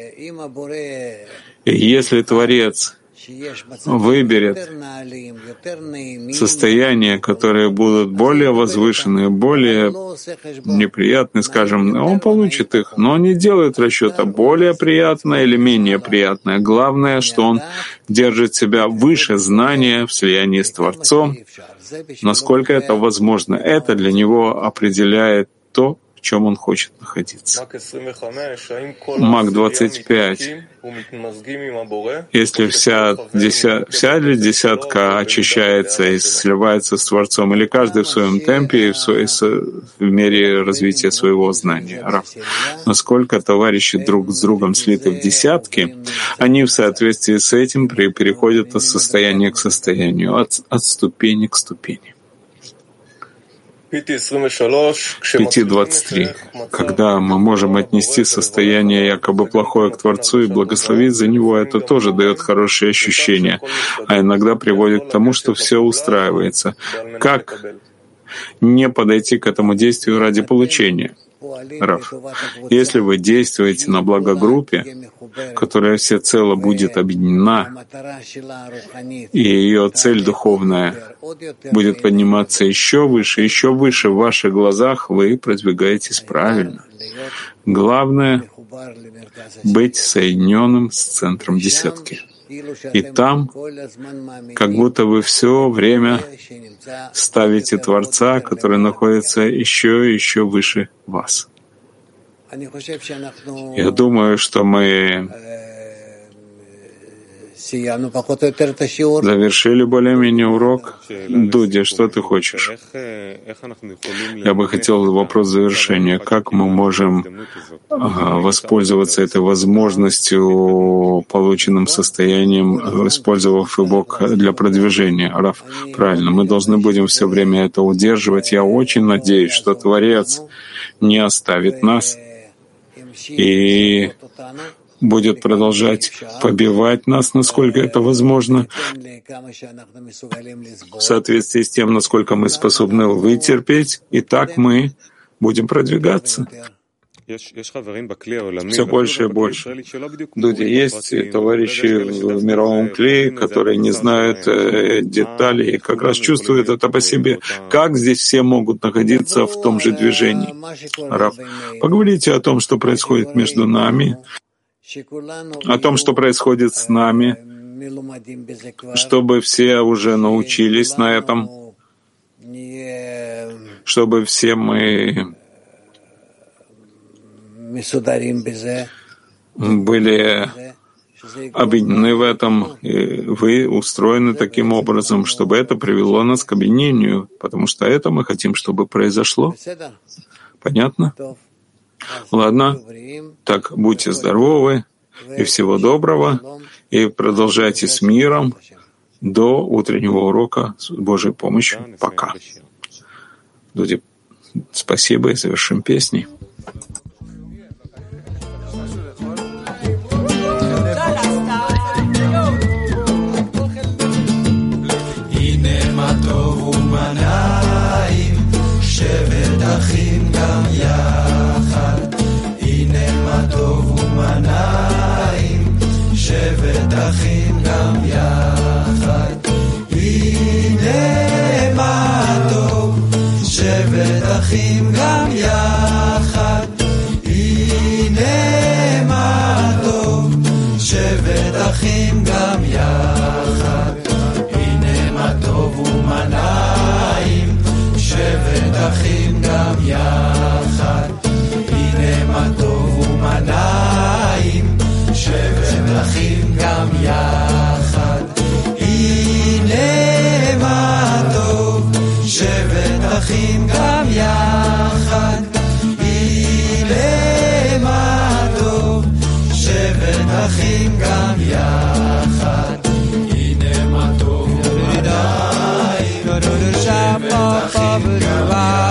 И если Творец выберет состояния, которые будут более возвышенные, более неприятные, скажем, он получит их, но он не делает расчета, более приятное или менее приятное. Главное, что он держит себя выше знания в слиянии с Творцом, насколько это возможно. Это для него определяет то, в чем он хочет находиться. Мак двадцать пять. Если вся, деся, вся ли десятка очищается и сливается с Творцом, или каждый в своем темпе и в, своей, в мере развития своего знания? Раф. Насколько товарищи друг с другом слиты в десятке, они в соответствии с этим переходят от состояния к состоянию, от, от ступени к ступени. пяти двадцать три. Когда мы можем отнести состояние якобы плохое к Творцу и благословить за него, это тоже дает хорошие ощущения, а иногда приводит к тому, что все устраивается. Как не подойти к этому действию ради получения? Раф, если вы действуете на благо группе, которая всецело будет объединена, и ее цель духовная будет подниматься еще выше, еще выше в ваших глазах, вы продвигаетесь правильно. Главное — быть соединенным с центром десятки. И там, как будто вы все время ставите Творца, который находится еще и еще выше вас. Я думаю, что мы Завершили более-менее урок. Дудя, что ты хочешь? Я бы хотел вопрос завершения. Как мы можем воспользоваться этой возможностью, полученным состоянием, использовав ибок для продвижения? Раф, правильно, мы должны будем все время это удерживать. Я очень надеюсь, что Творец не оставит нас и будет продолжать побивать нас, насколько это возможно, в соответствии с тем, насколько мы способны вытерпеть, и так мы будем продвигаться. Все больше и больше. Дудя, есть товарищи в мировом клее, которые не знают э, деталей и как раз чувствуют это по себе. Как здесь все могут находиться в том же движении? Раф, поговорите о том, что происходит между нами, о том, что происходит с нами, чтобы все уже научились на этом, чтобы все мы были объединены в этом, и вы устроены таким образом, чтобы это привело нас к объединению, потому что это мы хотим, чтобы произошло. Понятно? Ладно, так будьте здоровы и всего доброго, и продолжайте с миром до утреннего урока с Божьей помощью. Пока. Дуди, спасибо и завершим песней. שבט אחים גם יחד, הנה מה טוב ומנעים, שבט אחים גם יחד, הנה מה טוב, שבט אחים גם יחד, הנה מה טוב, שבט אחים גם יחד, הנה מה טוב ומנעים, שבט אחים גם יחד, הנה מה טוב ומנעים, שבט אחים גם יחד, הנה מה טוב, שבט אחים גם יחד, הנה מה טוב, שבט אחים גם יחד, הנה מה טוב ומנעים, שבט אחים גם יחד.